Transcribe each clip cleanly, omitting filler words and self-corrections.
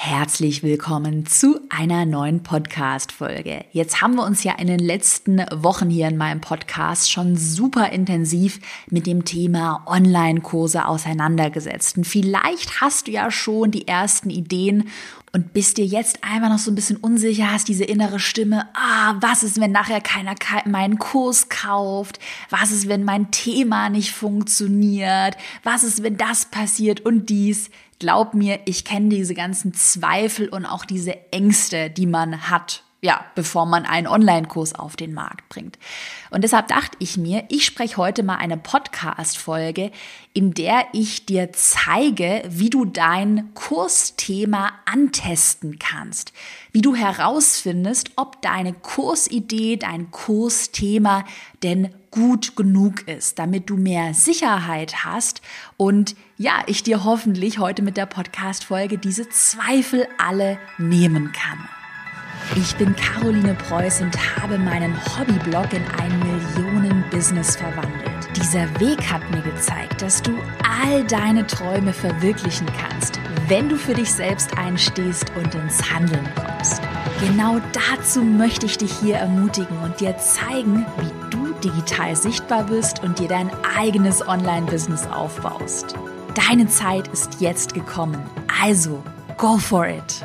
Herzlich willkommen zu einer neuen Podcast-Folge. Jetzt haben wir uns ja in den letzten Wochen hier in meinem Podcast schon super intensiv mit dem Thema Online-Kurse auseinandergesetzt. Und vielleicht hast du ja schon die ersten Ideen und bist dir jetzt einfach noch so ein bisschen unsicher, hast diese innere Stimme, was ist, wenn nachher keiner meinen Kurs kauft? Was ist, wenn mein Thema nicht funktioniert? Was ist, wenn das passiert und dies? Glaub mir, ich kenne diese ganzen Zweifel und auch diese Ängste, die man hat, bevor man einen Online-Kurs auf den Markt bringt. Und deshalb dachte ich mir, ich spreche heute mal eine Podcast-Folge, in der ich dir zeige, wie du dein Kursthema antesten kannst. Wie du herausfindest, ob deine Kursidee, dein Kursthema denn gut genug ist, damit du mehr Sicherheit hast und ich dir hoffentlich heute mit der Podcast-Folge diese Zweifel alle nehmen kann. Ich bin Caroline Preuß und habe meinen Hobbyblog in ein Millionen-Business verwandelt. Dieser Weg hat mir gezeigt, dass du all deine Träume verwirklichen kannst, wenn du für dich selbst einstehst und ins Handeln kommst. Genau dazu möchte ich dich hier ermutigen und dir zeigen, wie du digital sichtbar bist und dir dein eigenes Online-Business aufbaust. Deine Zeit ist jetzt gekommen, also go for it!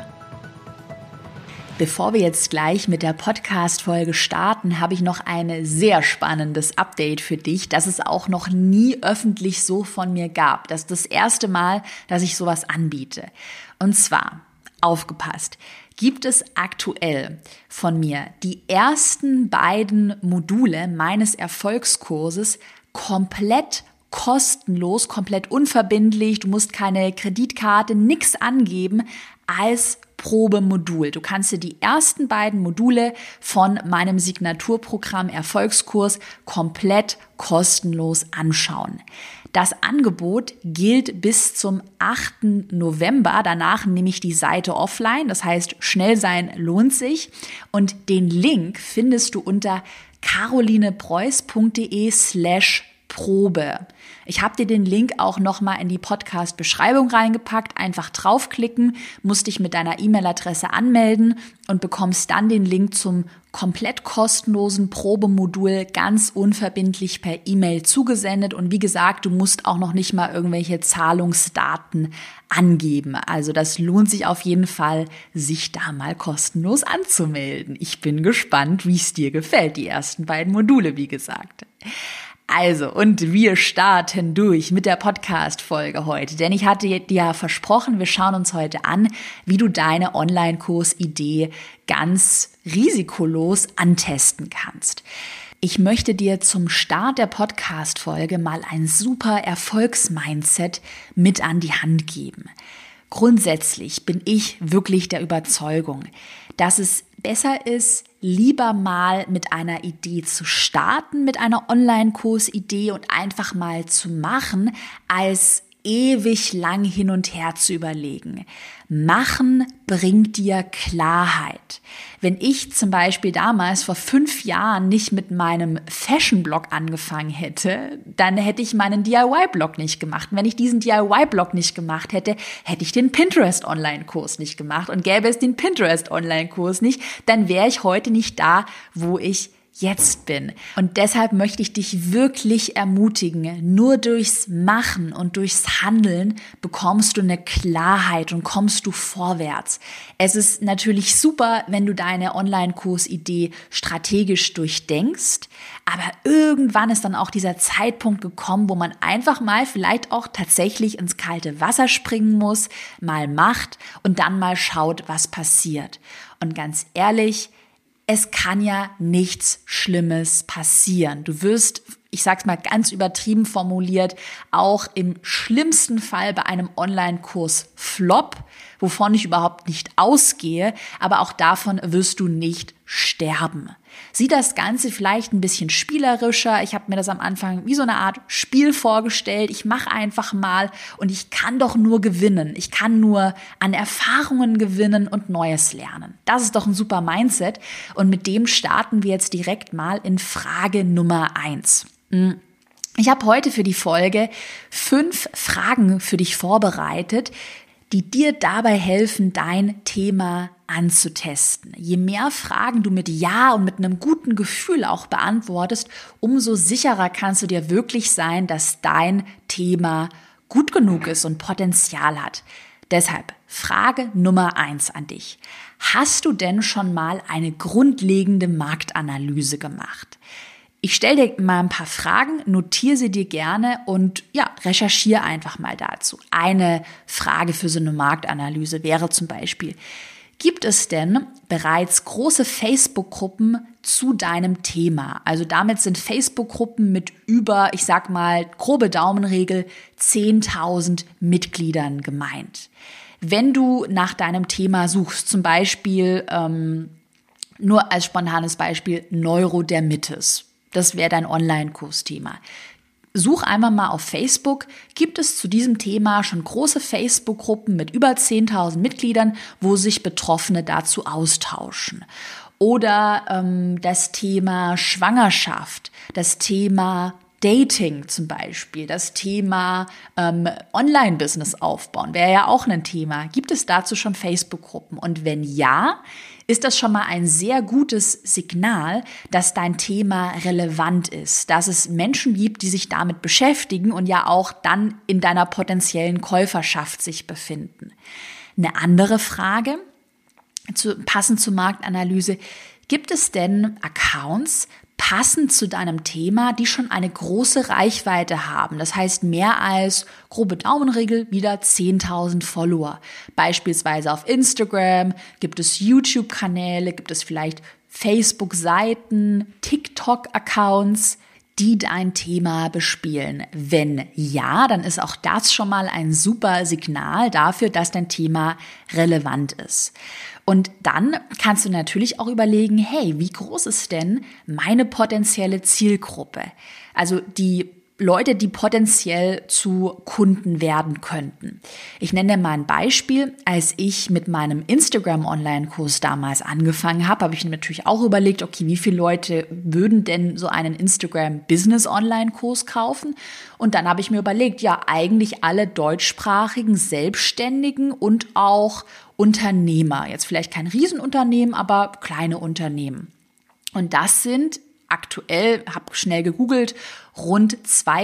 Bevor wir jetzt gleich mit der Podcast-Folge starten, habe ich noch ein sehr spannendes Update für dich, das es auch noch nie öffentlich so von mir gab. Das ist das erste Mal, dass ich sowas anbiete. Und zwar, aufgepasst, gibt es aktuell von mir die ersten beiden Module meines Erfolgskurses komplett kostenlos, komplett unverbindlich. Du musst keine Kreditkarte, nichts angeben als Probemodul. Du kannst dir die ersten beiden Module von meinem Signaturprogramm Erfolgskurs komplett kostenlos anschauen. Das Angebot gilt bis zum 8. November. Danach nehme ich die Seite offline. Das heißt, schnell sein lohnt sich. Und den Link findest du unter carolinepreuß.de/Probe. Ich habe dir den Link auch nochmal in die Podcast-Beschreibung reingepackt. Einfach draufklicken, musst dich mit deiner E-Mail-Adresse anmelden und bekommst dann den Link zum komplett kostenlosen Probemodul ganz unverbindlich per E-Mail zugesendet. Und wie gesagt, du musst auch noch nicht mal irgendwelche Zahlungsdaten angeben. Also das lohnt sich auf jeden Fall, sich da mal kostenlos anzumelden. Ich bin gespannt, wie es dir gefällt, die ersten beiden Module, wie gesagt. Also, und wir starten durch mit der Podcast-Folge heute, denn ich hatte dir ja versprochen, wir schauen uns heute an, wie du deine Online-Kurs-Idee ganz risikolos antesten kannst. Ich möchte dir zum Start der Podcast-Folge mal ein super Erfolgsmindset mit an die Hand geben. Grundsätzlich bin ich wirklich der Überzeugung, dass es besser ist, lieber mal mit einer Idee zu starten, mit einer Online-Kursidee und einfach mal zu machen, als ewig lang hin und her zu überlegen. Machen bringt dir Klarheit. Wenn ich zum Beispiel damals vor 5 Jahren nicht mit meinem Fashion-Blog angefangen hätte, dann hätte ich meinen DIY-Blog nicht gemacht. Und wenn ich diesen DIY-Blog nicht gemacht hätte, hätte ich den Pinterest-Online-Kurs nicht gemacht. Und gäbe es den Pinterest-Online-Kurs nicht, dann wäre ich heute nicht da, wo ich jetzt bin. Und deshalb möchte ich dich wirklich ermutigen, nur durchs Machen und durchs Handeln bekommst du eine Klarheit und kommst du vorwärts. Es ist natürlich super, wenn du deine Online-Kursidee strategisch durchdenkst, aber irgendwann ist dann auch dieser Zeitpunkt gekommen, wo man einfach mal vielleicht auch tatsächlich ins kalte Wasser springen muss, mal macht und dann mal schaut, was passiert. Und ganz ehrlich, es kann ja nichts Schlimmes passieren. Du wirst, ich sag's mal ganz übertrieben formuliert, auch im schlimmsten Fall bei einem Online-Kurs Flop, wovon ich überhaupt nicht ausgehe, aber auch davon wirst du nicht sterben. Sieh das Ganze vielleicht ein bisschen spielerischer. Ich habe mir das am Anfang wie so eine Art Spiel vorgestellt. Ich mache einfach mal und ich kann doch nur gewinnen. Ich kann nur an Erfahrungen gewinnen und Neues lernen. Das ist doch ein super Mindset und mit dem starten wir jetzt direkt mal in Frage Nummer 1. Ich habe heute für die Folge 5 Fragen für dich vorbereitet, die dir dabei helfen, dein Thema anzutesten. Je mehr Fragen du mit Ja und mit einem guten Gefühl auch beantwortest, umso sicherer kannst du dir wirklich sein, dass dein Thema gut genug ist und Potenzial hat. Deshalb Frage Nummer 1 an dich. Hast du denn schon mal eine grundlegende Marktanalyse gemacht? Ich stelle dir mal ein paar Fragen, notiere sie dir gerne und recherchiere einfach mal dazu. Eine Frage für so eine Marktanalyse wäre zum Beispiel: Gibt es denn bereits große Facebook-Gruppen zu deinem Thema? Also damit sind Facebook-Gruppen mit über, ich sag mal, grobe Daumenregel 10.000 Mitgliedern gemeint. Wenn du nach deinem Thema suchst, zum Beispiel, nur als spontanes Beispiel, Neurodermitis. Das wäre dein Online-Kursthema. Such einfach mal auf Facebook, gibt es zu diesem Thema schon große Facebook-Gruppen mit über 10.000 Mitgliedern, wo sich Betroffene dazu austauschen. Oder das Thema Schwangerschaft, das Thema Dating zum Beispiel, das Thema Online-Business aufbauen, wäre ja auch ein Thema. Gibt es dazu schon Facebook-Gruppen? Und wenn ja, ist das schon mal ein sehr gutes Signal, dass dein Thema relevant ist, dass es Menschen gibt, die sich damit beschäftigen und ja auch dann in deiner potenziellen Käuferschaft sich befinden. Eine andere Frage, passend zur Marktanalyse: Gibt es denn Accounts passend zu deinem Thema, die schon eine große Reichweite haben? Das heißt, mehr als, grobe Daumenregel, wieder 10.000 Follower. Beispielsweise auf Instagram, gibt es YouTube-Kanäle, gibt es vielleicht Facebook-Seiten, TikTok-Accounts, die dein Thema bespielen. Wenn ja, dann ist auch das schon mal ein super Signal dafür, dass dein Thema relevant ist. Und dann kannst du natürlich auch überlegen, hey, wie groß ist denn meine potenzielle Zielgruppe? Also die Leute, die potenziell zu Kunden werden könnten. Ich nenne dir mal ein Beispiel. Als ich mit meinem Instagram-Online-Kurs damals angefangen habe, habe ich mir natürlich auch überlegt, okay, wie viele Leute würden denn so einen Instagram-Business-Online-Kurs kaufen? Und dann habe ich mir überlegt, ja, eigentlich alle deutschsprachigen Selbstständigen und auch Unternehmer. Jetzt vielleicht kein Riesenunternehmen, aber kleine Unternehmen. Und das sind aktuell, habe schnell gegoogelt, rund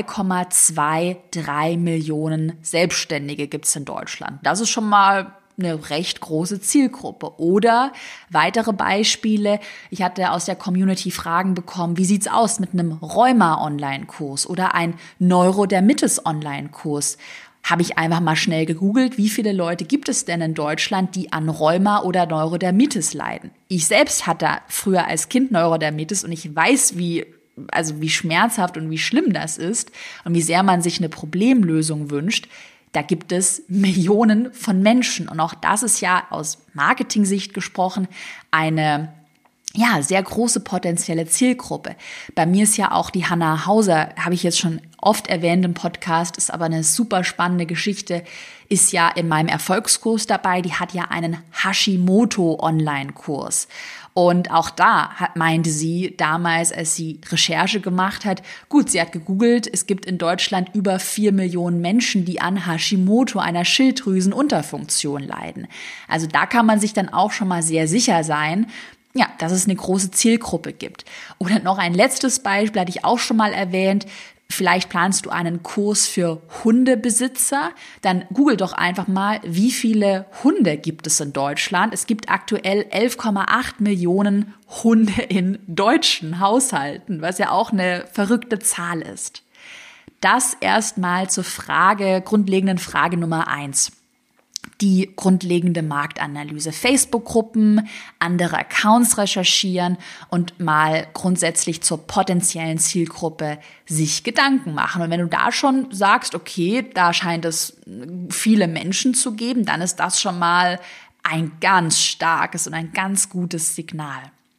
2,23 Millionen Selbstständige gibt es in Deutschland. Das ist schon mal eine recht große Zielgruppe. Oder weitere Beispiele: Ich hatte aus der Community Fragen bekommen, wie sieht's aus mit einem Rheuma-Online-Kurs oder ein Neurodermitis-Online-Kurs? Habe ich einfach mal schnell gegoogelt, wie viele Leute gibt es denn in Deutschland, die an Rheuma oder Neurodermitis leiden. Ich selbst hatte früher als Kind Neurodermitis und ich weiß, wie schmerzhaft und wie schlimm das ist und wie sehr man sich eine Problemlösung wünscht. Da gibt es Millionen von Menschen und auch das ist ja aus Marketing-Sicht gesprochen eine sehr große potenzielle Zielgruppe. Bei mir ist ja auch die Hannah Hauser, habe ich jetzt schon oft erwähnt im Podcast, ist aber eine super spannende Geschichte, ist ja in meinem Erfolgskurs dabei, die hat ja einen Hashimoto-Online-Kurs. Und auch da meinte sie damals, als sie Recherche gemacht hat, gut, sie hat gegoogelt, es gibt in Deutschland über 4 Millionen Menschen, die an Hashimoto, einer Schilddrüsenunterfunktion leiden. Also da kann man sich dann auch schon mal sehr sicher sein, dass es eine große Zielgruppe gibt. Oder noch ein letztes Beispiel, hatte ich auch schon mal erwähnt. Vielleicht planst du einen Kurs für Hundebesitzer. Dann google doch einfach mal, wie viele Hunde gibt es in Deutschland. Es gibt aktuell 11,8 Millionen Hunde in deutschen Haushalten, was ja auch eine verrückte Zahl ist. Das erstmal zur grundlegenden Frage Nummer 1. Die grundlegende Marktanalyse. Facebook-Gruppen, andere Accounts recherchieren und mal grundsätzlich zur potenziellen Zielgruppe sich Gedanken machen. Und wenn du da schon sagst, okay, da scheint es viele Menschen zu geben, dann ist das schon mal ein ganz starkes und ein ganz gutes Signal.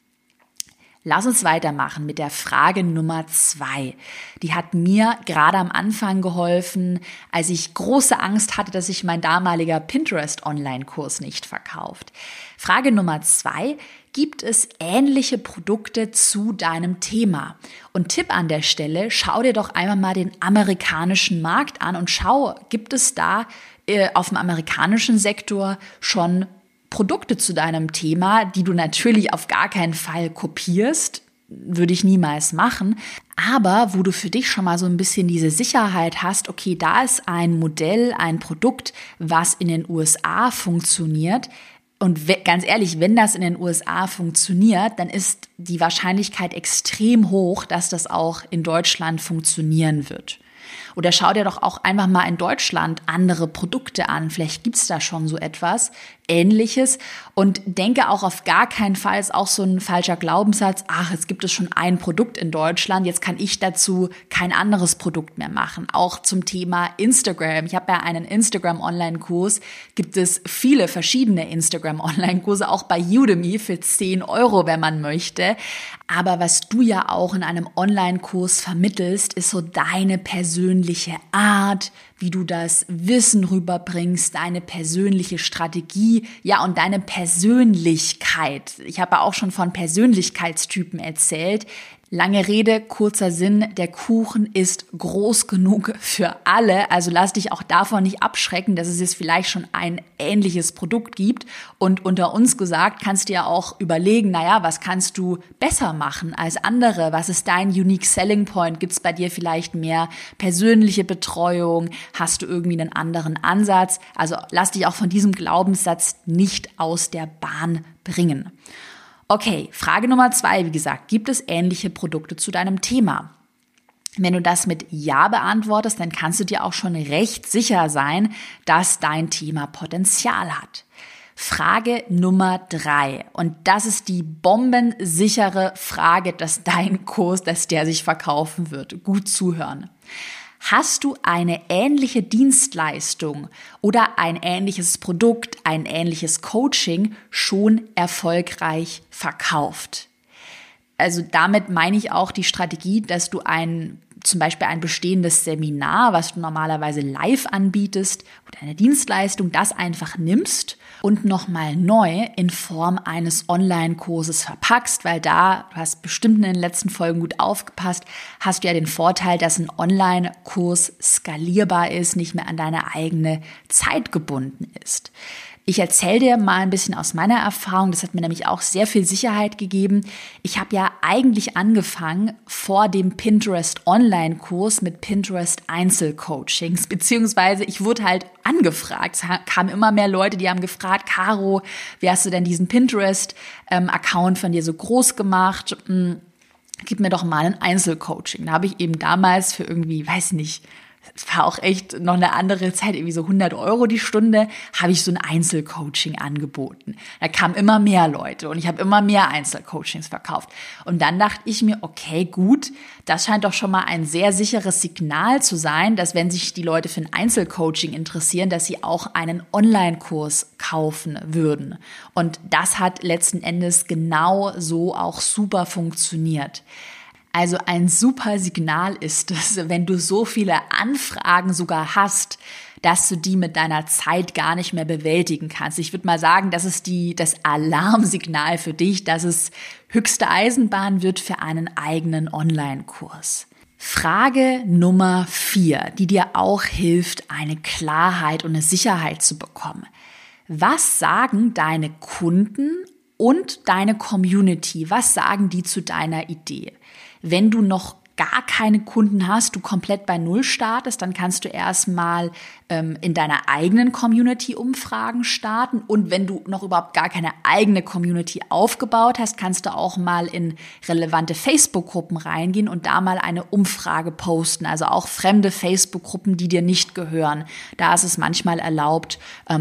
Lass uns weitermachen mit der Frage Nummer 2. Die hat mir gerade am Anfang geholfen, als ich große Angst hatte, dass sich mein damaliger Pinterest-Online-Kurs nicht verkauft. Frage Nummer 2. Gibt es ähnliche Produkte zu deinem Thema? Und Tipp an der Stelle, schau dir doch einmal mal den amerikanischen Markt an und schau, gibt es da auf dem amerikanischen Sektor schon Produkte zu deinem Thema, die du natürlich auf gar keinen Fall kopierst, würde ich niemals machen, aber wo du für dich schon mal so ein bisschen diese Sicherheit hast, okay, da ist ein Modell, ein Produkt, was in den USA funktioniert. Und ganz ehrlich, wenn das in den USA funktioniert, dann ist die Wahrscheinlichkeit extrem hoch, dass das auch in Deutschland funktionieren wird. Oder schau dir doch auch einfach mal in Deutschland andere Produkte an. Vielleicht gibt's da schon so etwas Ähnliches. Und denke auch auf gar keinen Fall, ist auch so ein falscher Glaubenssatz, ach, es gibt es schon ein Produkt in Deutschland, jetzt kann ich dazu kein anderes Produkt mehr machen. Auch zum Thema Instagram. Ich habe ja einen Instagram-Online-Kurs, gibt es viele verschiedene Instagram-Online-Kurse, auch bei Udemy für 10 €, wenn man möchte. Aber was du ja auch in einem Online-Kurs vermittelst, ist so deine persönliche Art, wie du das Wissen rüberbringst, deine persönliche Strategie, ja, und deine Persönlichkeit. Ich habe auch schon von Persönlichkeitstypen erzählt. Lange Rede, kurzer Sinn, der Kuchen ist groß genug für alle. Also lass dich auch davon nicht abschrecken, dass es jetzt vielleicht schon ein ähnliches Produkt gibt. Und unter uns gesagt, kannst du ja auch überlegen, naja, was kannst du besser machen als andere? Was ist dein Unique Selling Point? Gibt es bei dir vielleicht mehr persönliche Betreuung? Hast du irgendwie einen anderen Ansatz? Also lass dich auch von diesem Glaubenssatz nicht aus der Bahn bringen. Okay, Frage Nummer 2, wie gesagt, gibt es ähnliche Produkte zu deinem Thema? Wenn du das mit Ja beantwortest, dann kannst du dir auch schon recht sicher sein, dass dein Thema Potenzial hat. Frage Nummer 3, und das ist die bombensichere Frage, dass dein Kurs, dass der sich verkaufen wird. Gut zuhören. Hast du eine ähnliche Dienstleistung oder ein ähnliches Produkt, ein ähnliches Coaching schon erfolgreich verkauft? Also damit meine ich auch die Strategie, dass du zum Beispiel ein bestehendes Seminar, was du normalerweise live anbietest, oder eine Dienstleistung, das einfach nimmst und nochmal neu in Form eines Online-Kurses verpackst, weil da, du hast bestimmt in den letzten Folgen gut aufgepasst, hast du ja den Vorteil, dass ein Online-Kurs skalierbar ist, nicht mehr an deine eigene Zeit gebunden ist. Ich erzähle dir mal ein bisschen aus meiner Erfahrung, das hat mir nämlich auch sehr viel Sicherheit gegeben. Ich habe ja eigentlich angefangen vor dem Pinterest-Online-Kurs mit Pinterest-Einzelcoachings, beziehungsweise ich wurde halt angefragt. Es kamen immer mehr Leute, die haben gefragt, Caro, wie hast du denn diesen Pinterest-Account von dir so groß gemacht? Gib mir doch mal ein Einzelcoaching. Da habe ich eben damals für irgendwie, weiß nicht, es war auch echt noch eine andere Zeit, irgendwie so 100 € die Stunde, habe ich so ein Einzelcoaching angeboten. Da kamen immer mehr Leute und ich habe immer mehr Einzelcoachings verkauft. Und dann dachte ich mir, okay, gut, das scheint doch schon mal ein sehr sicheres Signal zu sein, dass wenn sich die Leute für ein Einzelcoaching interessieren, dass sie auch einen Online-Kurs kaufen würden. Und das hat letzten Endes genau so auch super funktioniert. Also ein super Signal ist es, wenn du so viele Anfragen sogar hast, dass du die mit deiner Zeit gar nicht mehr bewältigen kannst. Ich würde mal sagen, das ist das Alarmsignal für dich, dass es höchste Eisenbahn wird für einen eigenen Online-Kurs. Frage Nummer 4, die dir auch hilft, eine Klarheit und eine Sicherheit zu bekommen. Was sagen deine Kunden und deine Community? Was sagen die zu deiner Idee? Wenn du noch gar keine Kunden hast, du komplett bei Null startest, dann kannst du erstmal in deiner eigenen Community Umfragen starten. Und wenn du noch überhaupt gar keine eigene Community aufgebaut hast, kannst du auch mal in relevante Facebook-Gruppen reingehen und da mal eine Umfrage posten. Also auch fremde Facebook-Gruppen, die dir nicht gehören. Da ist es manchmal erlaubt,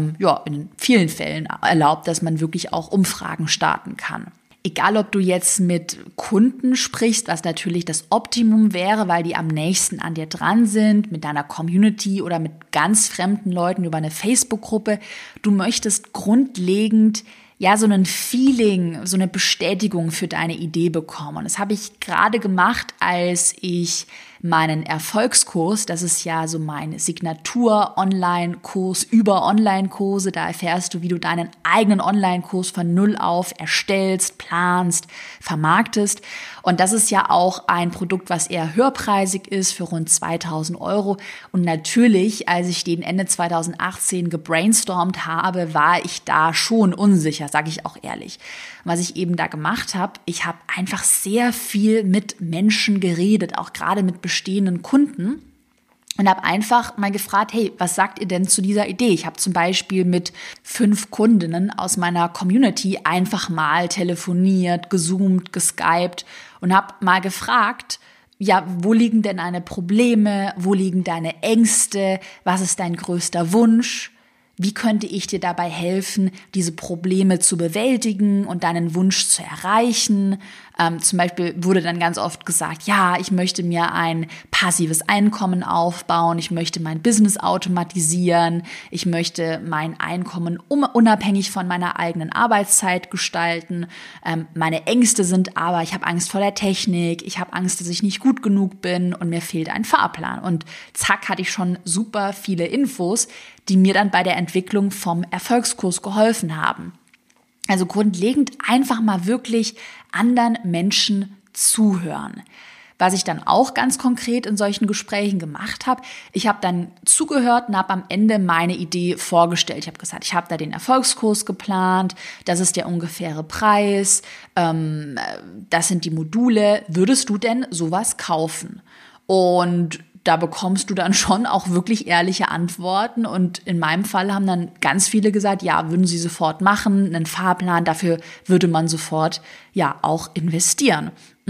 in vielen Fällen erlaubt, dass man wirklich auch Umfragen starten kann. Egal, ob du jetzt mit Kunden sprichst, was natürlich das Optimum wäre, weil die am nächsten an dir dran sind, mit deiner Community oder mit ganz fremden Leuten über eine Facebook-Gruppe. Du möchtest grundlegend so ein Feeling, so eine Bestätigung für deine Idee bekommen. Und das habe ich gerade gemacht, als ich meinen Erfolgskurs. Das ist ja so mein Signatur-Online-Kurs über Online-Kurse. Da erfährst du, wie du deinen eigenen Online-Kurs von null auf erstellst, planst, vermarktest. Und das ist ja auch ein Produkt, was eher höherpreisig ist, für rund 2.000 €. Und natürlich, als ich den Ende 2018 gebrainstormt habe, war ich da schon unsicher, sage ich auch ehrlich. Was ich eben da gemacht habe, ich habe einfach sehr viel mit Menschen geredet, auch gerade mit bestehenden Kunden. Und habe einfach mal gefragt, hey, was sagt ihr denn zu dieser Idee? Ich habe zum Beispiel mit 5 Kundinnen aus meiner Community einfach mal telefoniert, gezoomt, geskypt und habe mal gefragt, ja, wo liegen denn deine Probleme? Wo liegen deine Ängste? Was ist dein größter Wunsch? Wie könnte ich dir dabei helfen, diese Probleme zu bewältigen und deinen Wunsch zu erreichen? Zum Beispiel wurde dann ganz oft gesagt, ja, ich möchte mir ein passives Einkommen aufbauen, ich möchte mein Business automatisieren, ich möchte mein Einkommen unabhängig von meiner eigenen Arbeitszeit gestalten. Meine Ängste sind aber, ich habe Angst vor der Technik, ich habe Angst, dass ich nicht gut genug bin und mir fehlt ein Fahrplan. Und zack, hatte ich schon super viele Infos, die mir dann bei der Entwicklung vom Erfolgskurs geholfen haben. Also grundlegend einfach mal wirklich anderen Menschen zuhören. Was ich dann auch ganz konkret in solchen Gesprächen gemacht habe, ich habe dann zugehört und habe am Ende meine Idee vorgestellt. Ich habe gesagt, ich habe da den Erfolgskurs geplant, das ist der ungefähre Preis, das sind die Module. Würdest du denn sowas kaufen? Und da bekommst du dann schon auch wirklich ehrliche Antworten. Und in meinem Fall haben dann ganz viele gesagt, ja, würden sie sofort machen, einen Fahrplan, dafür würde man sofort ja auch investieren.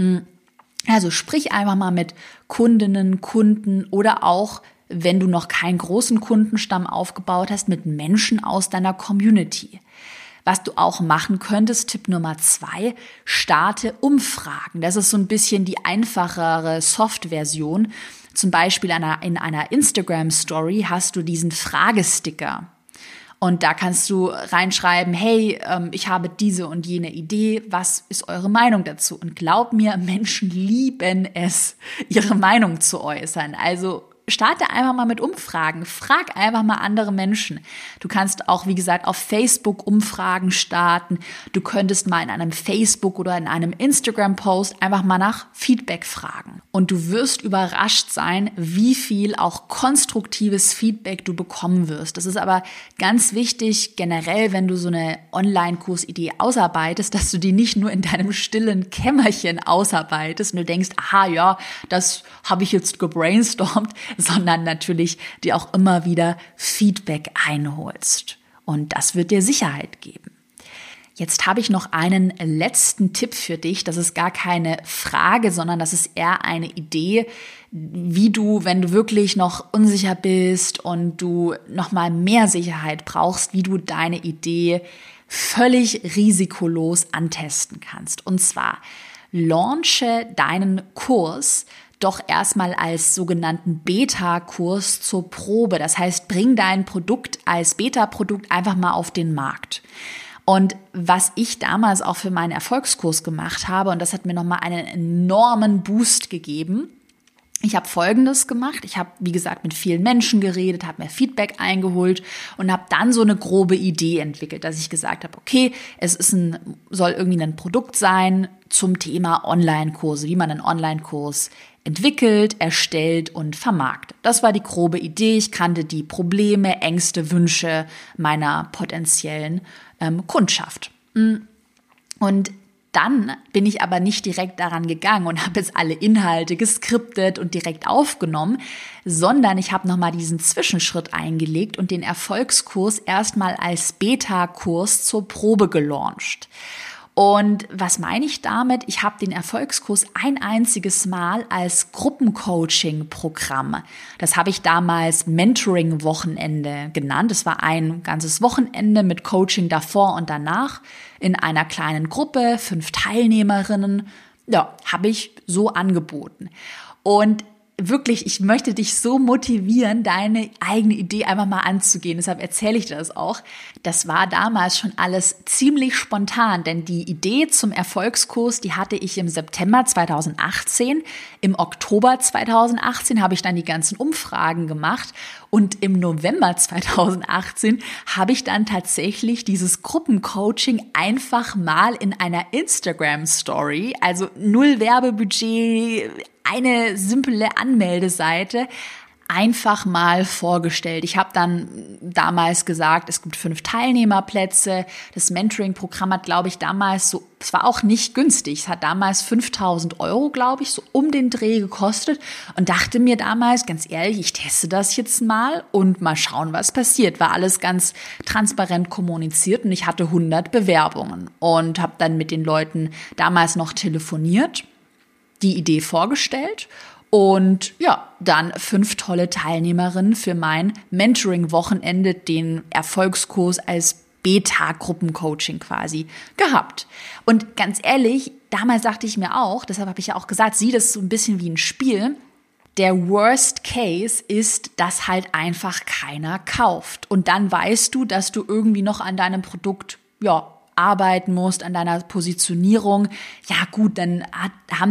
Also sprich einfach mal mit Kundinnen, Kunden oder auch, wenn du noch keinen großen Kundenstamm aufgebaut hast, mit Menschen aus deiner Community. Was du auch machen könntest, Tipp Nummer 2, starte Umfragen. Das ist so ein bisschen die einfachere Soft-Version. Zum Beispiel in einer Instagram-Story hast du diesen Fragesticker. Und da kannst du reinschreiben, hey, ich habe diese und jene Idee, was ist eure Meinung dazu? Und glaub mir, Menschen lieben es, ihre Meinung zu äußern. Also starte einfach mal mit Umfragen, frag einfach mal andere Menschen. Du kannst auch, wie gesagt, auf Facebook Umfragen starten. Du könntest mal in einem Facebook oder in einem Instagram-Post einfach mal nach Feedback fragen. Und du wirst überrascht sein, wie viel auch konstruktives Feedback du bekommen wirst. Das ist aber ganz wichtig, generell, wenn du so eine Online-Kursidee ausarbeitest, dass du die nicht nur in deinem stillen Kämmerchen ausarbeitest und du denkst, aha, ja, das habe ich jetzt gebrainstormt, sondern natürlich dir auch immer wieder Feedback einholst. Und das wird dir Sicherheit geben. Jetzt habe ich noch einen letzten Tipp für dich. Das ist gar keine Frage, sondern das ist eher eine Idee, wie du, wenn du wirklich noch unsicher bist und du noch mal mehr Sicherheit brauchst, wie du deine Idee völlig risikolos antesten kannst. Und zwar launche deinen Kurs doch erstmal als sogenannten Beta-Kurs zur Probe. Das heißt, bring dein Produkt als Beta-Produkt einfach mal auf den Markt. Und was ich damals auch für meinen Erfolgskurs gemacht habe, und das hat mir nochmal einen enormen Boost gegeben, ich habe Folgendes gemacht. Ich habe, wie gesagt, mit vielen Menschen geredet, habe mir Feedback eingeholt und habe dann so eine grobe Idee entwickelt, dass ich gesagt habe, okay, soll irgendwie ein Produkt sein zum Thema Online-Kurse, wie man einen Online-Kurs entwickelt, erstellt und vermarktet. Das war die grobe Idee. Ich kannte die Probleme, Ängste, Wünsche meiner potenziellen Kundschaft. Und dann bin ich aber nicht direkt daran gegangen und habe jetzt alle Inhalte geskriptet und direkt aufgenommen, sondern ich habe nochmal diesen Zwischenschritt eingelegt und den Erfolgskurs erstmal als Beta-Kurs zur Probe gelauncht. Und was meine ich damit? Ich habe den Erfolgskurs ein einziges Mal als Gruppencoaching-Programm. Das habe ich damals Mentoring-Wochenende genannt. Das war ein ganzes Wochenende mit Coaching davor und danach in einer kleinen Gruppe, 5 Teilnehmerinnen. Ja, habe ich so angeboten. Und wirklich, ich möchte dich so motivieren, deine eigene Idee einfach mal anzugehen. Deshalb erzähle ich dir das auch. Das war damals schon alles ziemlich spontan, denn die Idee zum Erfolgskurs, die hatte ich im September 2018. Im Oktober 2018 habe ich dann die ganzen Umfragen gemacht und im November 2018 habe ich dann tatsächlich dieses Gruppencoaching einfach mal in einer Instagram-Story, also 0 Werbebudget, eine simple Anmeldeseite, einfach mal vorgestellt. Ich habe dann damals gesagt, es gibt 5 Teilnehmerplätze. Das Mentoring-Programm hat, glaube ich, damals so, es war auch nicht günstig. Es hat damals 5.000 €, glaube ich, so um den Dreh gekostet und dachte mir damals, ganz ehrlich, ich teste das jetzt mal und mal schauen, was passiert. War alles ganz transparent kommuniziert und ich hatte 100 Bewerbungen und habe dann mit den Leuten damals noch telefoniert, die Idee vorgestellt und ja, dann 5 tolle Teilnehmerinnen für mein Mentoring-Wochenende, den Erfolgskurs als Beta-Gruppencoaching quasi gehabt. Und ganz ehrlich, damals dachte ich mir auch, deshalb habe ich ja auch gesagt, sieh das so ein bisschen wie ein Spiel. Der Worst Case ist, dass halt einfach keiner kauft. Und dann weißt du, dass du irgendwie noch an deinem Produkt, arbeiten musst, an deiner Positionierung. Ja gut, dann hat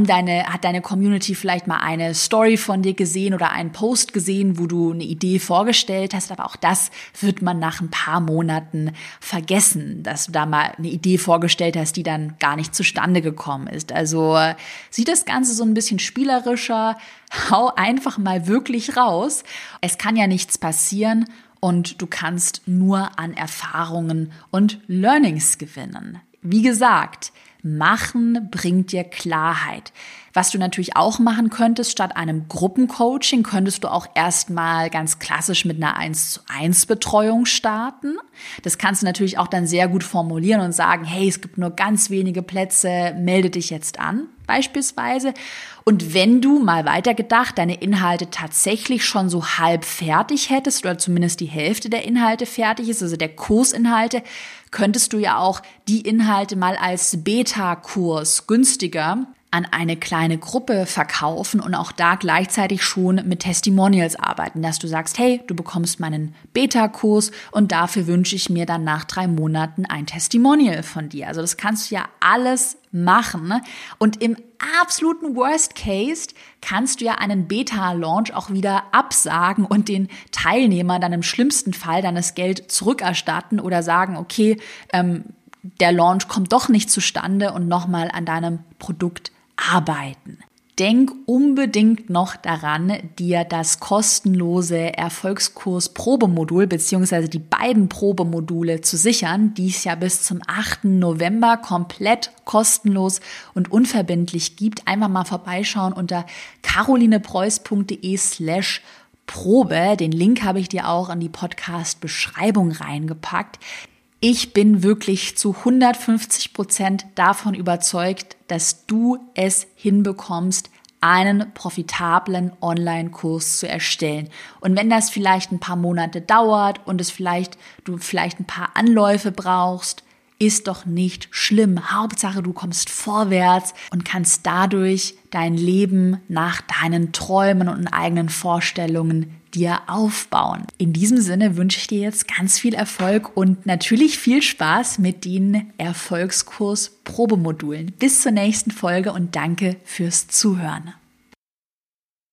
deine Community vielleicht mal eine Story von dir gesehen oder einen Post gesehen, wo du eine Idee vorgestellt hast, aber auch das wird man nach ein paar Monaten vergessen, dass du da mal eine Idee vorgestellt hast, die dann gar nicht zustande gekommen ist. Also sieht das Ganze so ein bisschen spielerischer, hau einfach mal wirklich raus. Es kann ja nichts passieren. Und du kannst nur an Erfahrungen und Learnings gewinnen. Wie gesagt, machen bringt dir Klarheit. Was du natürlich auch machen könntest, statt einem Gruppencoaching, könntest du auch erstmal ganz klassisch mit einer 1:1 Betreuung starten. Das kannst du natürlich auch dann sehr gut formulieren und sagen, hey, es gibt nur ganz wenige Plätze, melde dich jetzt an, beispielsweise. Und wenn du mal weitergedacht deine Inhalte tatsächlich schon so halb fertig hättest oder zumindest die Hälfte der Inhalte fertig ist, also der Kursinhalte, könntest du ja auch die Inhalte mal als Beta-Kurs günstiger an eine kleine Gruppe verkaufen und auch da gleichzeitig schon mit Testimonials arbeiten, dass du sagst, hey, du bekommst meinen Beta-Kurs und dafür wünsche ich mir dann nach 3 Monaten ein Testimonial von dir. Also das kannst du ja alles machen und im absoluten Worst Case kannst du ja einen Beta-Launch auch wieder absagen und den Teilnehmern dann im schlimmsten Fall dann das Geld zurückerstatten oder sagen, okay, der Launch kommt doch nicht zustande und nochmal an deinem Produkt arbeiten. Denk unbedingt noch daran, dir das kostenlose Erfolgskurs Probemodul bzw. die beiden Probemodule zu sichern, die es ja bis zum 8. November komplett kostenlos und unverbindlich gibt. Einfach mal vorbeischauen unter carolinepreuß.de/Probe. Den Link habe ich dir auch in die Podcast-Beschreibung reingepackt. Ich bin wirklich zu 150% davon überzeugt, dass du es hinbekommst, einen profitablen Online-Kurs zu erstellen. Und wenn das vielleicht ein paar Monate dauert und du vielleicht ein paar Anläufe brauchst, ist doch nicht schlimm. Hauptsache, du kommst vorwärts und kannst dadurch dein Leben nach deinen Träumen und eigenen Vorstellungen dir aufbauen. In diesem Sinne wünsche ich dir jetzt ganz viel Erfolg und natürlich viel Spaß mit den Erfolgskurs Probemodulen. Bis zur nächsten Folge und danke fürs Zuhören.